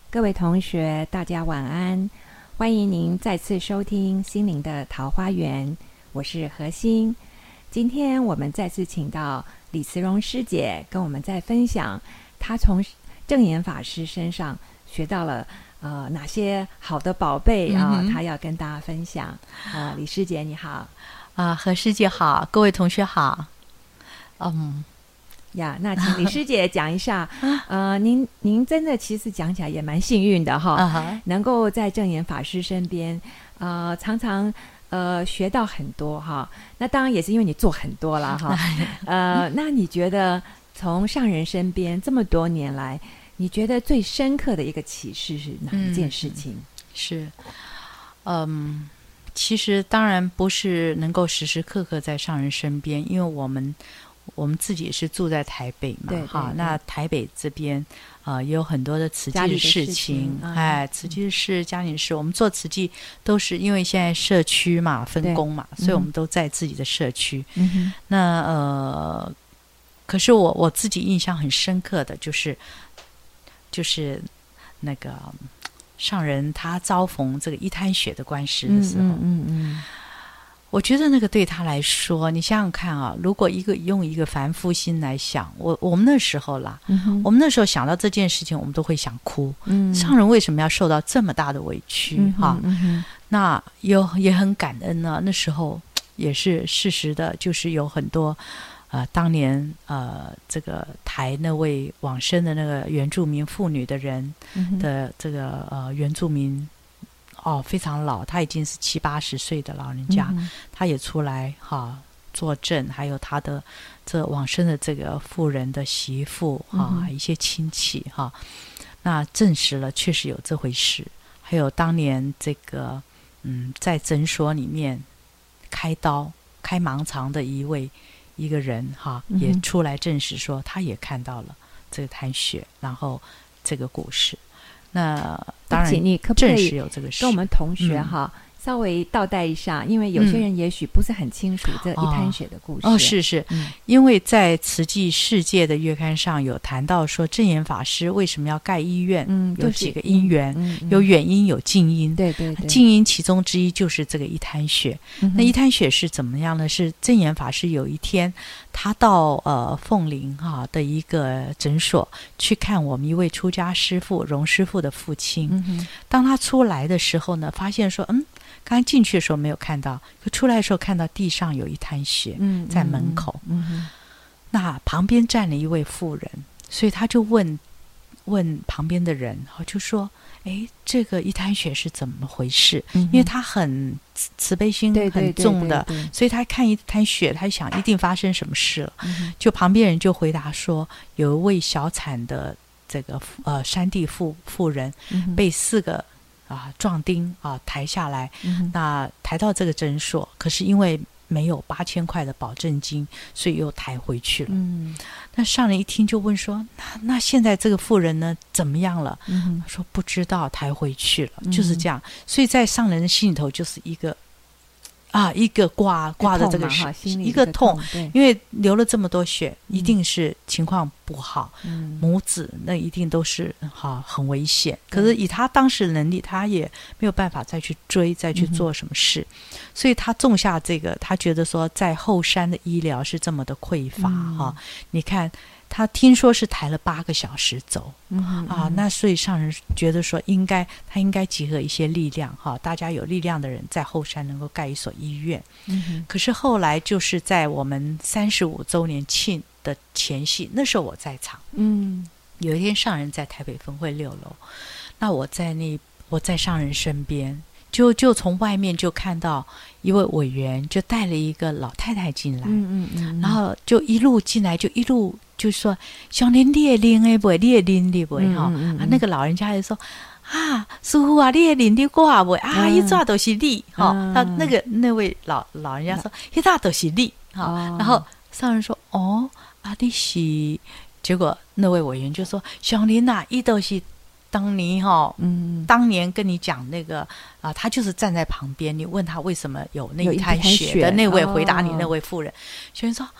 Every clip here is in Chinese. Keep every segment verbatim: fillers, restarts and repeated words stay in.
各位同学大家晚安，欢迎您再次收听心灵的桃花源，我是何心。今天我们再次请到李慈荣师姐跟我们再分享她从证严法师身上学到了呃哪些好的宝贝啊、嗯呃，她要跟大家分享啊、呃。李师姐你好啊、 呃，何师姐好，各位同学好。嗯呀，那请李师姐讲一下，呃，您您真的其实讲起来也蛮幸运的哈， uh-huh. 能够在证严法师身边，呃，常常呃学到很多哈。那当然也是因为你做很多了哈，呃，那你觉得从上人身边这么多年来，你觉得最深刻的一个启示是哪一件事情？ 嗯、是，嗯，其实当然不是能够时时刻刻在上人身边，因为我们。我们自己也是住在台北嘛， 对对对哈，那台北这边呃也有很多的慈济的事情， 事情哎，慈济的事、家庭事，我们做慈济都是因为现在社区嘛分工嘛，所以我们都在自己的社区。 嗯、 那呃，可是我我自己印象很深刻的就是就是那个上人他遭逢这个一滩血的官司的时候， 嗯嗯嗯。 我觉得那个对他来说，你想想看啊，如果一个用一个凡夫心来想，我我们那时候啦、 嗯， 我们那时候想到这件事情，我们都会想哭。 嗯， 上人为什么要受到这么大的委屈？ 嗯、 哈、 嗯， 那有也很感恩呢、啊。那时候也是事实的，就是有很多呃，当年呃，这个台那位往生的那个原住民妇女的人的这个、呃原住民。哦，非常老，他已经是七八十岁的老人家，嗯、他也出来哈作证，还有他的这往生的这个妇人的媳妇哈、嗯，一些亲戚哈，那证实了确实有这回事。还有当年这个嗯，在诊所里面开刀开盲肠的一位一个人哈， 嗯、 也出来证实说他也看到了这个滩血，然后这个故事。那当然， 你可不可以跟我们同学哈、嗯、稍微倒带一下？因为有些人也许不是很清楚这一滩血的故事。 哦，哦是是、嗯，因为在慈济世界的月刊上有谈到说，证严法师为什么要盖医院？ 嗯， 有几个因缘， 嗯嗯、 有远因，有近因。 对对对， 近因其中之一就是这个一滩血。 嗯、 那一滩血是怎么样呢？是证严法师有一天，他到呃凤林哈、啊、的一个诊所去看我们一位出家师父荣师父的父亲。 嗯、 当他出来的时候呢，发现说，嗯，刚刚进去的时候没有看到，可出来的时候看到地上有一滩血， 嗯， 在门口。 嗯嗯、 那旁边站了一位妇人，所以他就问问旁边的人，就说：“哎，这个一滩血是怎么回事？” 嗯、 因为他很慈悲心很重的， 对对对对对， 所以他看一滩血，他想一定发生什么事了。 嗯、 就旁边人就回答说，有一位小产的这个呃山地妇妇人、 嗯、 被四个啊壮丁啊抬下来、 嗯， 那抬到这个诊所，可是因为没有八千块的保证金，所以又抬回去了。 嗯， 那上人一听就问说：“那那现在这个妇人呢，怎么样了？” 嗯、 他说：“不知道，抬回去了。 嗯” 就是这样。所以在上人的心里头就是一个啊，一个挂挂的这个是一个痛，因为流了这么多血， 嗯、 一定是情况不好。 嗯、 母子那一定都是哈很危险。可是以他当时的能力，他也没有办法再去追，再去做什么事。嗯、所以他种下这个，他觉得说在后山的医疗是这么的匮乏哈、 嗯。 你看。他听说是抬了八个小时走、 嗯、 啊，那所以上人觉得说应该他应该集合一些力量哈，大家有力量的人在后山能够盖一所医院。 嗯、 可是后来就是在我们三十五周年庆的前夕，那时候我在场。 嗯， 有一天上人在台北分会六楼，那我在那我在上人身边。就就从外面就看到一位委员就带了一个老太太进来， 嗯嗯嗯， 然后就一路进来，就一路就说：“小年你也拎哎不？你也拎的不？哈、 嗯嗯、 啊！”那个老人家就说：“啊，师傅啊，你也拎的我啊不？啊，一抓都是你哈。嗯”他那个那位老老人家说：“一抓都是你哈。哦”然后上人说：“哦，啊，你是？”结果那位委员就说：“小年呐，一都是。”当年哈、哦，嗯，当年跟你讲那个啊，他就是站在旁边，你问他为什么有那一滩血的那位回答你那位妇人，学员说：“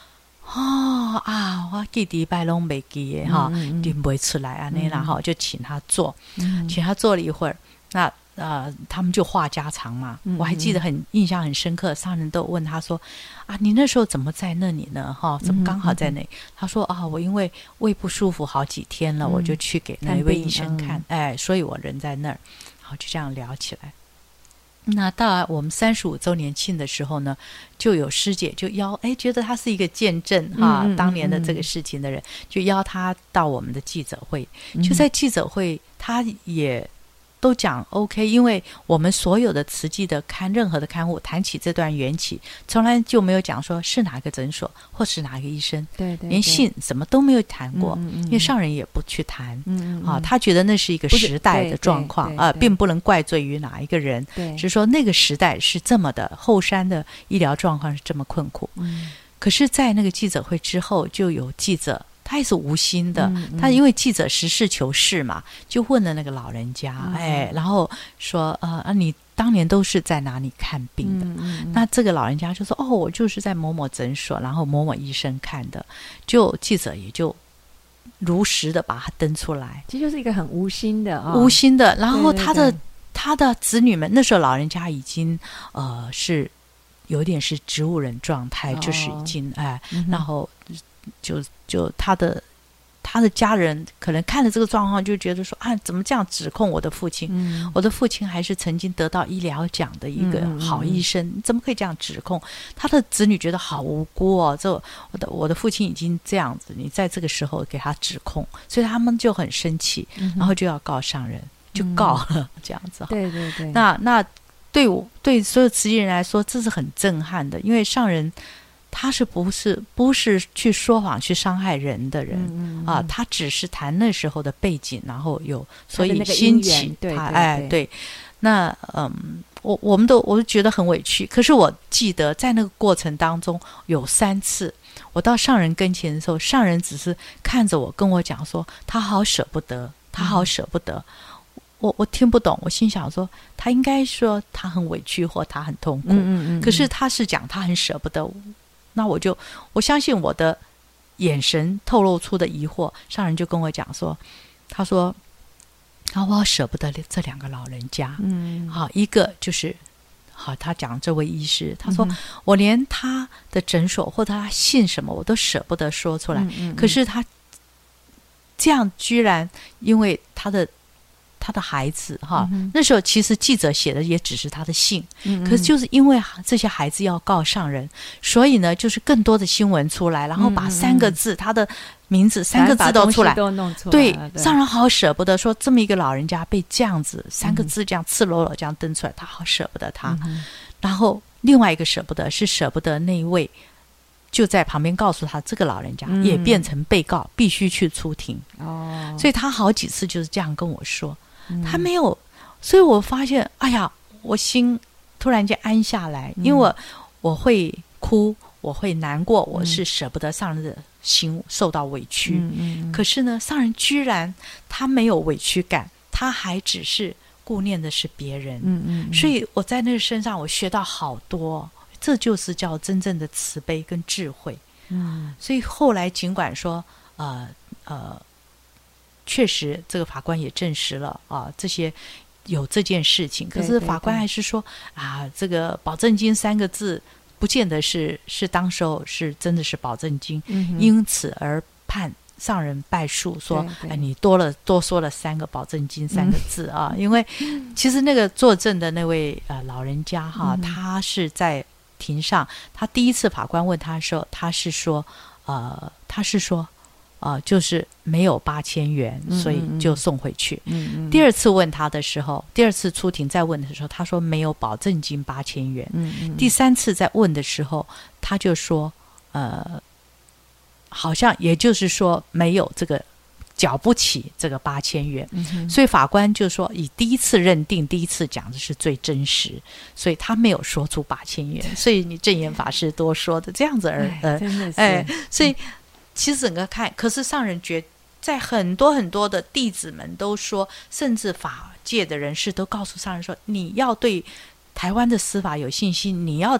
哦啊，我记礼拜拢没记耶哈，拎不出来啊，那然后就请他做，嗯、请他做了一会儿，那呃，他们就话家常嘛。嗯、我还记得很印象很深刻，上人都问他说：“啊，你那时候怎么在那里呢？哈，怎么刚好在那里？”嗯、他说：“啊，我因为胃不舒服好几天了，嗯、我就去给那一位医生看，嗯、哎，所以我人在那儿。”然后就这样聊起来。那到我们三十五周年庆的时候呢，就有师姐就邀，哎，觉得他是一个见证哈、嗯、当年的这个事情的人，就邀他到我们的记者会。就在记者会，他也都讲 OK， 因为我们所有的慈济的刊，任何的刊物谈起这段缘起，从来就没有讲说是哪个诊所或是哪个医生， 对对对， 连姓什么都没有谈过，嗯嗯嗯，因为上人也不去谈，嗯嗯嗯，啊，他觉得那是一个时代的状况啊，并不能怪罪于哪一个人，只是说那个时代是这么的，后山的医疗状况是这么困苦。嗯，可是在那个记者会之后，就有记者。他也是无心的，嗯嗯，他因为记者实事求是嘛，就问了那个老人家，嗯、哎，然后说，呃，啊，你当年都是在哪里看病的？嗯嗯，那这个老人家就说，哦，我就是在某某诊所，然后某某医生看的。就记者也就如实的把他登出来， 其实就是一个很无心的啊、 哦，无心的。然后他的对对对他的子女们，那时候老人家已经呃是有点是植物人状态，哦、就是已经哎，嗯、然后。就就他的他的家人可能看了这个状况，就觉得说啊，怎么这样指控我的父亲？嗯、我的父亲还是曾经得到医疗奖的一个好医生，嗯嗯，怎么可以这样指控？他的子女觉得好无辜哦，这我的我的父亲已经这样子，你在这个时候给他指控，所以他们就很生气，嗯、然后就要告上人，就告了、嗯、这样子。 对对对， 那那对我对所有慈济人来说，这是很震撼的，因为上人。他是不是不是去说谎去伤害人的人、嗯嗯、啊？他只是谈那时候的背景，然后有所以兴起他，哎，对。那嗯，我我们都我都觉得很委屈。可是我记得在那个过程当中有三次，我到上人跟前的时候，上人只是看着我跟我讲说，他好舍不得，他好舍不得。嗯、我我听不懂，我心想说，他应该说他很委屈或他很痛苦，嗯嗯嗯，可是他是讲他很舍不得。那我就我相信我的眼神透露出的疑惑，上人就跟我讲说，他说，啊，我舍不得这两个老人家，嗯，好，一个就是好，他讲这位医师，他说、嗯、我连他的诊所或者他姓什么我都舍不得说出来，嗯嗯嗯，可是他这样居然因为他的。他的孩子哈、嗯，那时候其实记者写的也只是他的姓，嗯、可是就是因为这些孩子要告上人，所以呢，就是更多的新闻出来，然后把三个字、嗯、他的名字三个字都出来， 都弄出来对， 对， 上人好舍不得说这么一个老人家被这样子三个字这样赤裸裸这样登出来，他好舍不得他。嗯、然后另外一个舍不得是舍不得那一位。就在旁边告诉他，这个老人家也变成被告，嗯、必须去出庭。哦，所以他好几次就是这样跟我说，嗯、他没有，所以我发现，哎呀，我心突然间安下来，嗯、因为我我会哭，我会难过，我是舍不得上人的心受到委屈。嗯嗯、可是呢，上人居然他没有委屈感，他还只是顾念的是别人。嗯嗯嗯，所以我在那个身上我学到好多。这就是叫真正的慈悲跟智慧。嗯，所以后来尽管说呃呃确实这个法官也证实了啊，这些有这件事情，可是法官还是说，对对对，啊，这个保证金三个字不见得是是当时候是真的是保证金，嗯、因此而判上人败诉，说哎，你多了多说了三个保证金三个字啊，嗯、因为其实那个作证的那位呃老人家哈，嗯、他是在庭上，他第一次法官问他的时候，他是说，呃，他是说，呃，就是没有八千元，所以就送回去。嗯嗯、第二次问他的时候，第二次出庭再问的时候，他说没有保证金八千元。嗯嗯、第三次再问的时候，他就说，呃，好像也就是说没有这个。缴不起这个八千元，嗯、所以法官就说以第一次认定，第一次讲的是最真实，所以他没有说出八千元，所以你证严法师多说的这样子而呃，真的是， 哎，所以其实整个看，可是上人觉在很多很多的弟子们都说，甚至法界的人士都告诉上人说，你要对台湾的司法有信心，你要提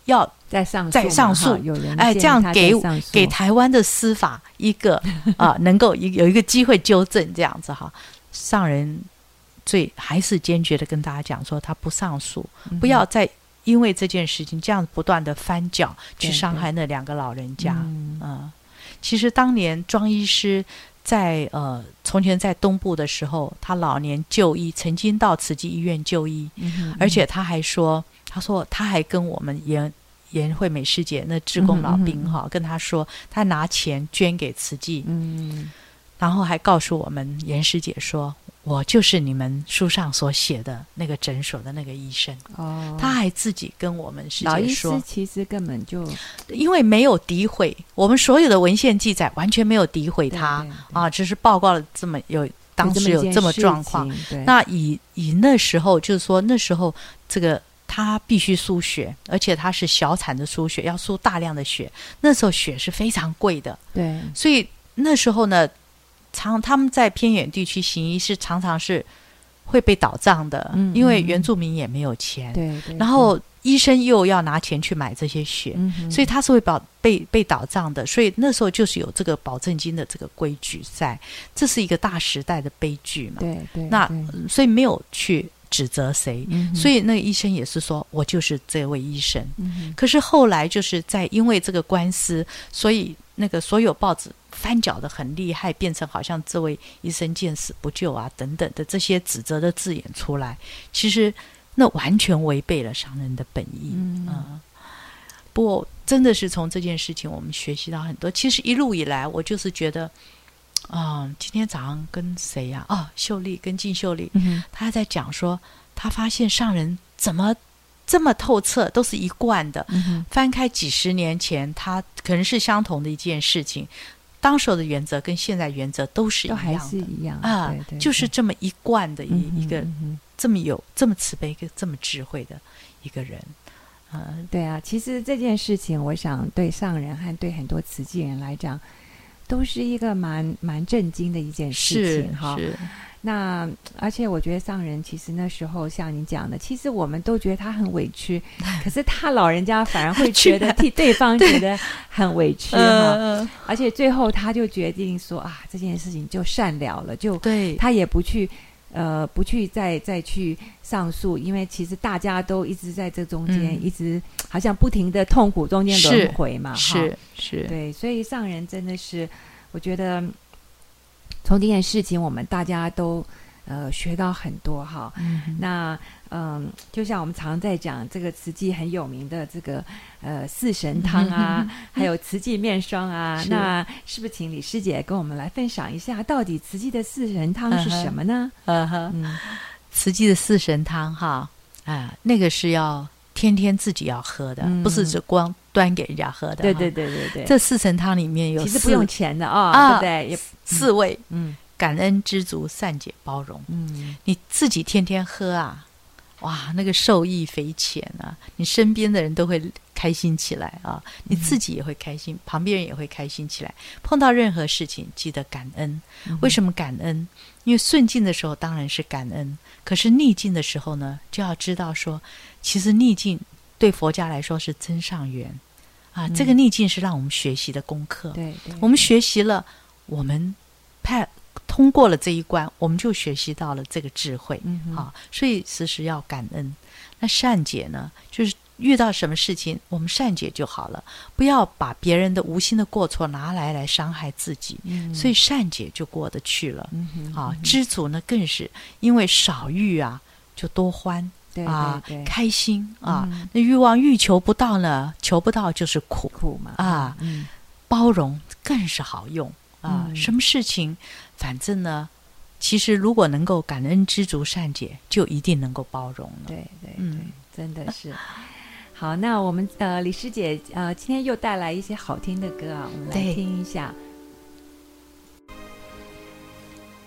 要再上诉再上诉， 有人哎，这样给给台湾的司法一个啊、呃，能够有一个机会纠正这样子哈。上人最还是坚决的跟大家讲说，他不上诉，嗯、不要再因为这件事情这样不断的翻搅去伤害那两个老人家。嗯、呃，其实当年庄医师在呃从前在东部的时候，他老年就医，曾经到慈济医院就医，嗯、而且他还说，他说他还跟我们严严惠美师姐那志工老兵哈、嗯，跟他说他拿钱捐给慈济，嗯，然后还告诉我们严师姐说，我就是你们书上所写的那个诊所的那个医生。哦，他还自己跟我们师姐说， 老医师其实根本就因为没有诋毁，我们所有的文献记载完全没有诋毁他，对对对啊，只是报告了这么有当时有这么状况。那以以那时候就是说那时候这个他必须输血，而且他是小产的输血，要输大量的血，那时候血是非常贵的，对，所以那时候呢常他们在偏远地区行医是常常是会被倒账的，嗯、因为原住民也没有钱，对对，然后医生又要拿钱去买这些血，嗯、所以他是会保被被倒账的，所以那时候就是有这个保证金的这个规矩在，这是一个大时代的悲剧嘛，对对，那所以没有去指责谁、嗯、所以那个医生也是说我就是这位医生、嗯、可是后来就是在因为这个官司，所以那个所有报纸翻搅得很厉害，变成好像这位医生见死不救啊等等的这些指责的字眼出来，其实那完全违背了上人的本意、嗯呃、不过真的是从这件事情我们学习到很多。其实一路以来我就是觉得啊、嗯，今天早上跟谁呀、啊？哦，秀丽跟靳秀丽，嗯、他在讲说，他发现上人怎么这么透彻，都是一贯的。嗯、翻开几十年前，他可能是相同的一件事情，当时的原则跟现在原则都是一样的，都还是一样啊、对对对，就是这么一贯的一、嗯、一个、嗯、这么有这么慈悲、跟这么智慧的一个人。 嗯，对啊，其实这件事情，我想对上人和对很多慈济人来讲，都是一个蛮蛮震惊的一件事情哈。那而且我觉得上人其实那时候像你讲的，其实我们都觉得他很委屈，可是他老人家反而会觉得替对方觉得很委屈哈、呃。而且最后他就决定说啊，这件事情就善了了，就对他也不去呃不去再再去上诉，因为其实大家都一直在这中间、嗯、一直好像不停的痛苦中间轮回嘛， 是是， 对，所以上人真的是我觉得从这件事情我们大家都呃学到很多哈、嗯、那嗯，就像我们常在讲这个慈济很有名的这个呃四神汤啊、嗯、还有慈济面霜啊，是那是不是请李师姐跟我们来分享一下到底慈济的四神汤是什么呢？ 嗯哼，嗯慈济的四神汤哈啊、呃，那个是要天天自己要喝的、嗯、不是只光端给人家喝的。 对对对对对， 这四神汤里面有其实不用钱的、哦、啊，对不对？也四味，嗯，感恩知足善解包容，嗯，你自己天天喝啊，哇，那个受益匪浅啊，你身边的人都会开心起来啊，你自己也会开心、嗯、旁边人也会开心起来。碰到任何事情记得感恩、嗯、为什么感恩？因为顺境的时候当然是感恩，可是逆境的时候呢，就要知道说其实逆境对佛家来说是增上缘啊、嗯，这个逆境是让我们学习的功课。对，对，我们学习了，我们派通过了这一关，我们就学习到了这个智慧。嗯，啊，所以时时要感恩。那善解呢，就是遇到什么事情我们善解就好了，不要把别人的无心的过错拿来来伤害自己。嗯，所以善解就过得去了。嗯，啊，知足呢更是因为少欲啊就多欢。对对对，啊，开心啊、嗯！那欲望欲求不到呢，求不到就是苦苦嘛啊、嗯！包容更是好用啊、嗯！什么事情，反正呢，其实如果能够感恩知足善解，就一定能够包容了。 对对对，嗯、真的是。好，那我们呃李师姐呃今天又带来一些好听的歌啊，我们来听一下。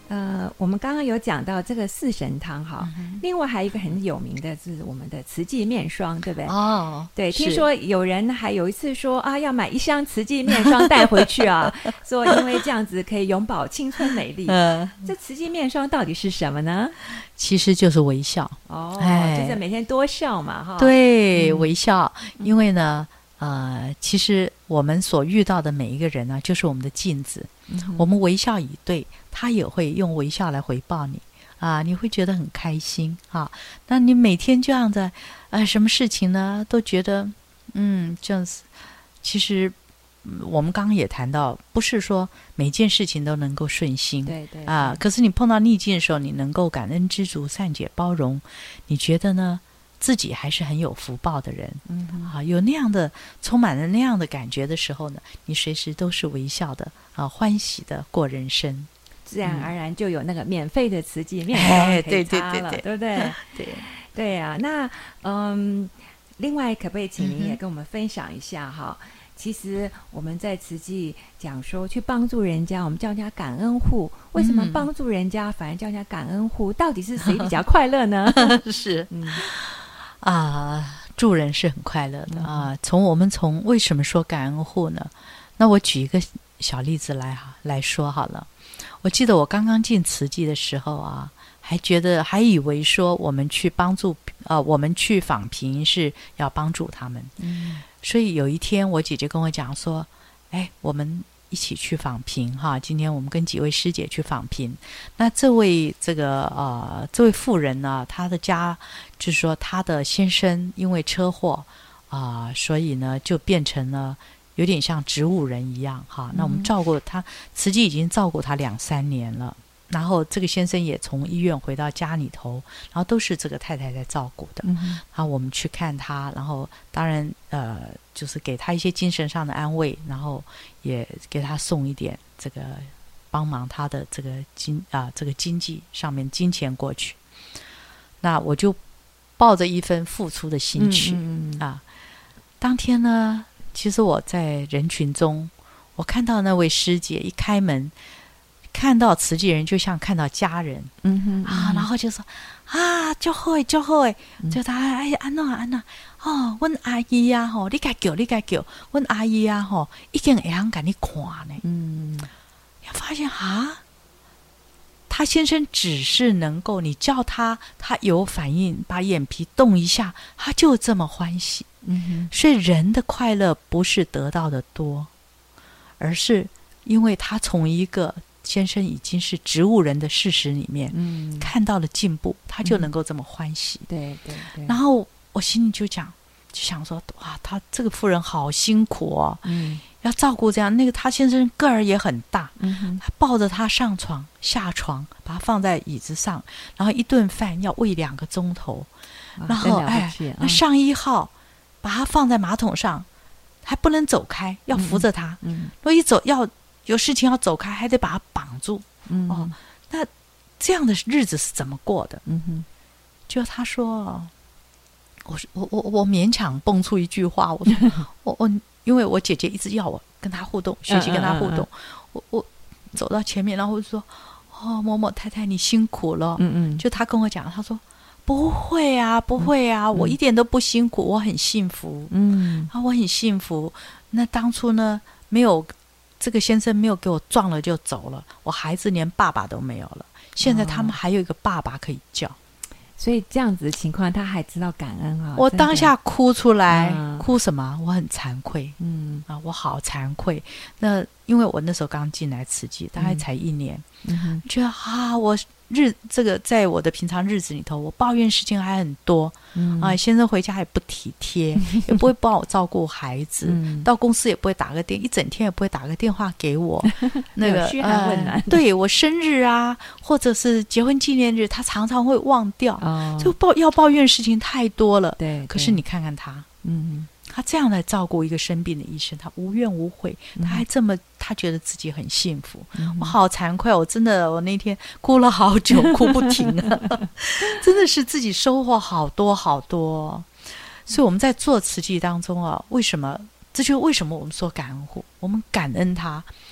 呃，我们刚刚有讲到这个四神汤哈，嗯、另外还有一个很有名的是我们的慈济面霜，对不对？ 哦， 对，听说有人还有一次说啊，要买一箱慈济面霜带回去啊，说因为这样子可以永葆青春美丽。嗯，这慈济面霜到底是什么呢？ 其实就是微笑哦，哎、就是每天多笑嘛，哈。 对，嗯、微笑，因为呢。呃，其实我们所遇到的每一个人呢，就是我们的镜子。嗯、我们微笑以对，他也会用微笑来回报你啊，你会觉得很开心啊。那你每天这样的，呃，什么事情呢，都觉得嗯，这样子。其实我们刚刚也谈到，不是说每件事情都能够顺心， 对 对, 对啊。可是你碰到逆境的时候，你能够感恩知足、善解包容，你觉得呢？自己还是很有福报的人，嗯啊，有那样的充满了那样的感觉的时候呢，你随时都是微笑的啊，欢喜的过人生， 自然而然就有那个免费的慈济面霜可以擦了，哎、对对对对，对不对？ 对对啊，那嗯，另外可不可以请您也跟我们分享一下哈？嗯、其实我们在慈济讲说去帮助人家，我们叫人家感恩户。为什么帮助人家反而叫人家感恩户？到底是谁比较快乐呢？ 是，嗯。啊，助人是很快乐的啊！从我们从为什么说感恩户呢？那我举一个小例子来哈来说好了。我记得我刚刚进慈济的时候啊，还觉得还以为说我们去帮助呃，我们去访贫是要帮助他们。嗯，所以有一天我姐姐跟我讲说，哎，我们一起去访贫哈，今天我们跟几位师姐去访贫。那这位这个呃这位妇人呢，她的家就是说她的先生因为车祸啊、呃，所以呢就变成了有点像植物人一样哈。那我们照顾他，慈济已经照顾他两三年了。然后这个先生也从医院回到家里头，然后都是这个太太在照顾的。嗯、然后我们去看他，然后当然呃，就是给他一些精神上的安慰，然后也给他送一点这个帮忙他的这个经啊、呃、这个经济上面金钱过去。那我就抱着一份付出的心去、嗯嗯、啊。当天呢，其实我在人群中，我看到那位师姐一开门。看到慈济人就像看到家人，嗯哼，嗯哼啊，然后就说啊，就好就好诶，就他哎呀安怎安怎哦，阮阿姨啊吼，你该叫你该叫，阮阿姨啊吼，已经会晓给你看呢。嗯，你发现啊，他先生只是能够你叫他，他有反应，把眼皮动一下，他就这么欢喜。嗯哼，所以人的快乐不是得到的多，而是因为他从一个先生已经是植物人的事实里面、嗯、看到了进步，他就能够这么欢喜、嗯、 对对对。 然后我心里就讲就想说哇，他这个妇人好辛苦哦，嗯，要照顾这样那个他先生个儿也很大，嗯哼，他抱着他上床下床，把他放在椅子上，然后一顿饭要喂两个钟头、啊、然后哎、啊，那上一号把他放在马桶上还不能走开，要扶着他，嗯，如果一走要有事情要走开，还得把他绑住。嗯，哦，那这样的日子是怎么过的？嗯哼，就他说，我我我我勉强蹦出一句话，我说我我因为我姐姐一直要我跟他互动，学习跟他互动，嗯嗯嗯、我我走到前面，然后我就说，哦，某某太太你辛苦了。嗯嗯，就他跟我讲，他说不会啊，不会啊，嗯、我一点都不辛苦，我很幸福。嗯，啊，我很幸福。那当初呢，没有。这个先生没有给我撞了就走了，我孩子连爸爸都没有了，现在他们还有一个爸爸可以叫、哦、 所以这样子的情况他还知道感恩啊！ 我当下哭出来、嗯、哭什么？我很惭愧，嗯啊，我好惭愧。那因为我那时候刚进来慈济，大概才一年，嗯、觉得啊，我日这个在我的平常日子里头，我抱怨事情还很多，嗯啊，先生回家也不体贴，也不会帮我照顾孩子，嗯、到公司也不会打个电，一整天也不会打个电话给我，那个嘘寒问暖、呃， 对我生日啊，或者是结婚纪念日，他常常会忘掉，哦、就抱要抱怨事情太多了。 对，对， 可是你看看他，嗯。他这样来照顾一个生病的医生，他无怨无悔，他还这么，他觉得自己很幸福。嗯、我好惭愧，我真的，我那天哭了好久，哭不停啊！真的是自己收获好多好多。所以我们在做慈济当中啊，为什么？这就是为什么我们说感恩户，我们感恩他。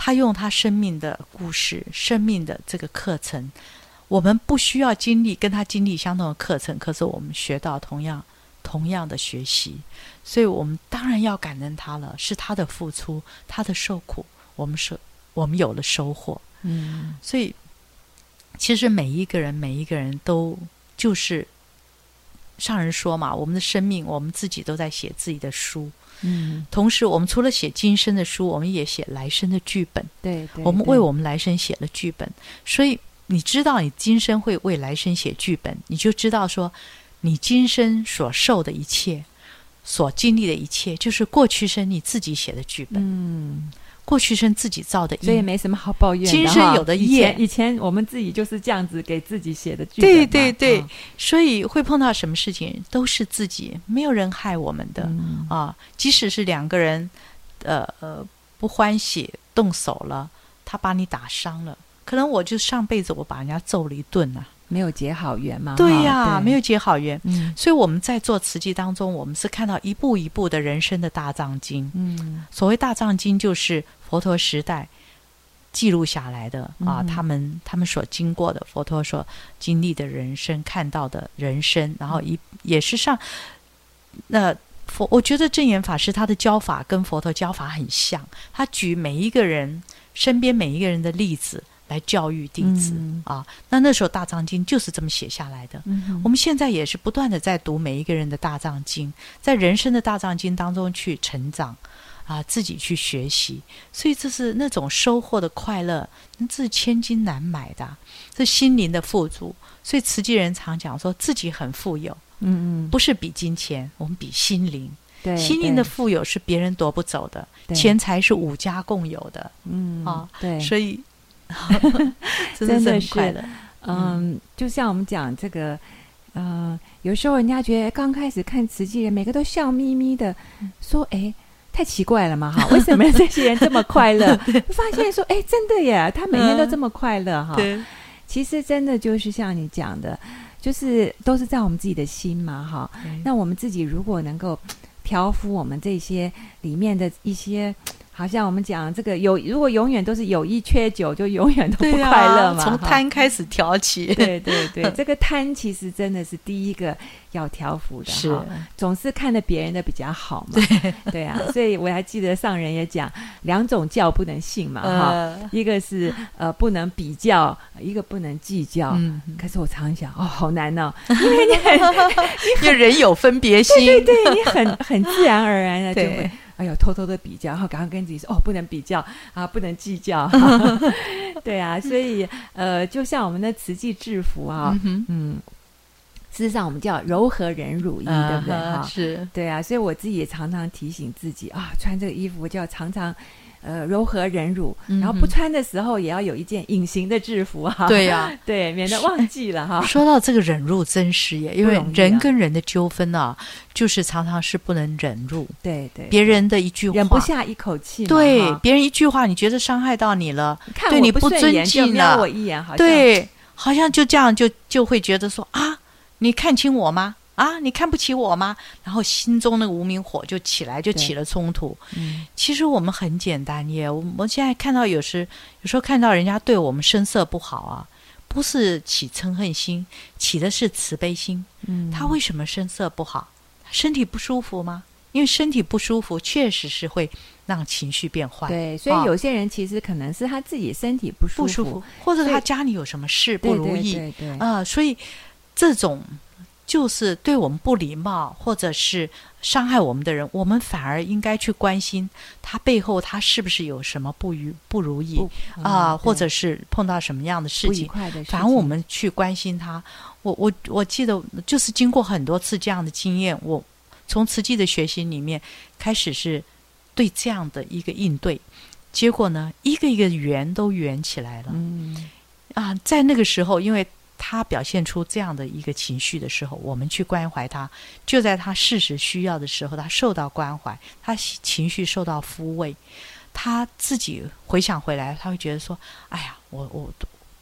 他用他生命的故事，生命的这个课程，我们不需要经历跟他经历相同的课程，可是我们学到同样同样的学习，所以我们当然要感恩他了，是他的付出，他的受苦，我们是我们有了收获。 嗯， 所以其实每一个人每一个人都就是上人说嘛，我们的生命我们自己都在写自己的书， 嗯， 同时我们除了写今生的书，我们也写来生的剧本。 对，对， 我们为我们来生写了剧本，所以你知道你今生会为来生写剧本，你就知道说你今生所受的一切，所经历的一切，就是过去生你自己写的剧本。 嗯， 过去生自己造的因， 所以没什么好抱怨的。 今生有的业， 以前, 以前我们自己就是这样子给自己写的剧本。 对对对、 哦， 所以会碰到什么事情都是自己，没有人害我们的、 嗯、 啊。即使是两个人，呃呃不欢喜动手了，他把你打伤了，可能我就上辈子我把人家揍了一顿啊。 没有结好缘嘛？ 对呀、啊， 对， 没有结好缘、 嗯， 所以我们在做慈济当中，我们是看到一步一步的人生的大藏经。 嗯， 所谓大藏经，就是佛陀时代记录下来的啊， 嗯、 他们他们所经过的，佛陀所经历的人生，看到的人生，然后一也是上那佛，我觉得证严法师他的教法跟佛陀教法很像，他举每一个人身边每一个人的例子来教育弟子、 嗯、 啊，那那时候大藏经就是这么写下来的、 嗯、 我们现在也是不断的在读每一个人的大藏经，在人生的大藏经当中去成长啊，自己去学习，所以这是那种收获的快乐，这是千金难买的，这心灵的富足。所以慈济人常讲说自己很富有， 嗯嗯， 不是比金钱，我们比心灵。 对， 心灵的富有是别人夺不走的，钱财是五家共有的。 嗯啊， 对， 所以真的是快乐。 嗯，就像我们讲这个，呃，有时候人家觉得刚开始看慈济人，每个都笑眯眯的，说，哎。太奇怪了嘛哈！为什么这些人这么快乐？发现说，哎，真的耶，他每天都这么快乐哈、 嗯。 其实真的就是像你讲的，就是都是在我们自己的心嘛哈。那我们自己如果能够调伏我们这些里面的一些。好像我们讲这个有，如果永远都是有一缺九，就永远都不快乐嘛。 从、啊、贪开始调起， 对对对，这个贪其实真的是第一个要调伏的哈。总是看着别人的比较好嘛。 对对啊，所以我还记得上人也讲，两种教不能信嘛哈、呃，一个是呃不能比较，一个不能计较。嗯，可是我常想，哦，好难哦，因为你很， 因为人有分别心， 对对对，你很很自然而然的就会。哎呦，偷偷的比较，然后赶快跟自己说哦，不能比较啊，不能计较。对啊，所以呃，就像我们的慈济制服啊，嗯, 嗯，事实上我们叫柔和忍辱衣， 嗯、 对不对？哈， 是， 对啊，所以我自己也常常提醒自己啊，穿这个衣服就要常常。呃，柔和忍辱，然后不穿的时候也要有一件隐形的制服哈、啊。 对呀、啊， 对，免得忘记了哈。 说到这个忍辱真实耶，因为人跟人的纠纷啊，就是常常是不能忍辱。 对对， 别人的一句话， 忍不下一口气。 对，别人一句话，你觉得伤害到你了，对你不尊敬了， 我一眼，好像对，好像就这样就就会觉得说啊，你看清我吗？啊，你看不起我吗？然后心中那个无名火就起来，就起了冲突。嗯，其实我们很简单耶。我们现在看到有时有时候看到人家对我们声色不好啊，不是起嗔恨心，起的是慈悲心。嗯，他为什么声色不好？身体不舒服吗？因为身体不舒服，确实是会让情绪变坏。 对，所以有些人其实可能是他自己身体不舒服， 不舒服，或者他家里有什么事不如意。 对对对对啊、呃，所以这种。就是对我们不礼貌或者是伤害我们的人，我们反而应该去关心他背后他是不是有什么不如不如意啊、呃，或者是碰到什么样的事情，反而我们去关心他。我我我记得就是经过很多次这样的经验，我从慈济的学习里面开始是对这样的一个应对，结果呢一个一个圆都圆起来了。嗯啊，在那个时候因为他表现出这样的一个情绪的时候，我们去关怀他，就在他事实需要的时候，他受到关怀，他情绪受到抚慰，他自己回想回来，他会觉得说：“哎呀，我我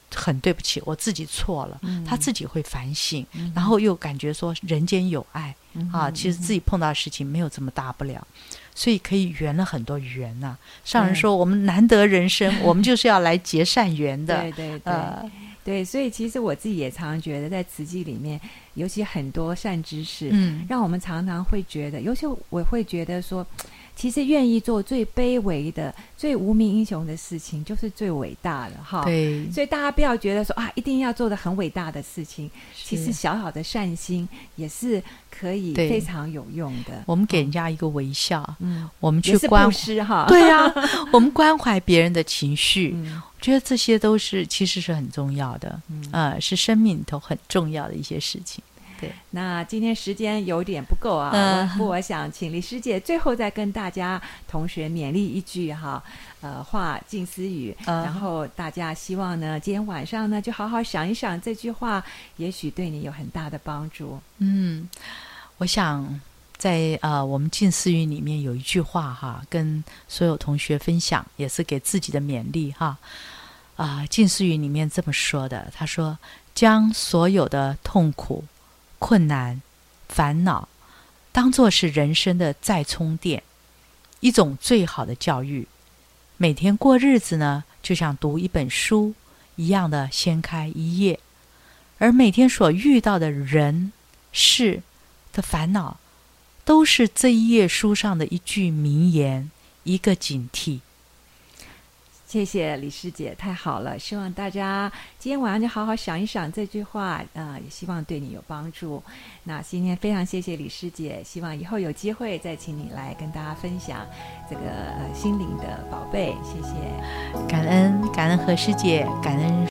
很对不起，我自己错了， 嗯、 他自己会反省、 嗯、 然后又感觉说人间有爱、 嗯、 啊，其实自己碰到的事情没有这么大不了，所以可以圆了很多缘呐、啊。上人说我们难得人生我们就是要来结善缘的。 对对对、呃、对，所以其实我自己也常常觉得在慈济里面尤其很多善知识、嗯、让我们常常会觉得，尤其我会觉得说其实愿意做最卑微的最无名英雄的事情就是最伟大的哈。 对， 所以大家不要觉得说啊一定要做的很伟大的事情，其实小小的善心也是可以非常有用的。 我们给人家一个微笑， 嗯， 我们去关怀哈， 对啊我们关怀别人的情绪、 嗯、 我觉得这些都是其实是很重要的、嗯、呃，是生命里头很重要的一些事情。对， 那今天时间有点不够啊，嗯、我, 我想请李师姐最后再跟大家同学勉励一句哈，呃，话静思语、嗯，然后大家希望呢，今天晚上呢就好好想一想这句话，也许对你有很大的帮助。 嗯，我想在呃我们静思语里面有一句话哈，跟所有同学分享，也是给自己的勉励哈。啊、呃，静思语里面这么说的，他说：将所有的痛苦、困难、烦恼当作是人生的再充电，一种最好的教育。每天过日子呢，就像读一本书一样的掀开一页，而每天所遇到的人事的烦恼，都是这一页书上的一句名言，一个警惕。 谢谢李师姐，太好了！希望大家今天晚上就好好想一想这句话，呃，也希望对你有帮助。那今天非常谢谢李师姐，希望以后有机会再请你来跟大家分享这个、呃、心灵的宝贝。谢谢， 感恩感恩何师姐，感恩。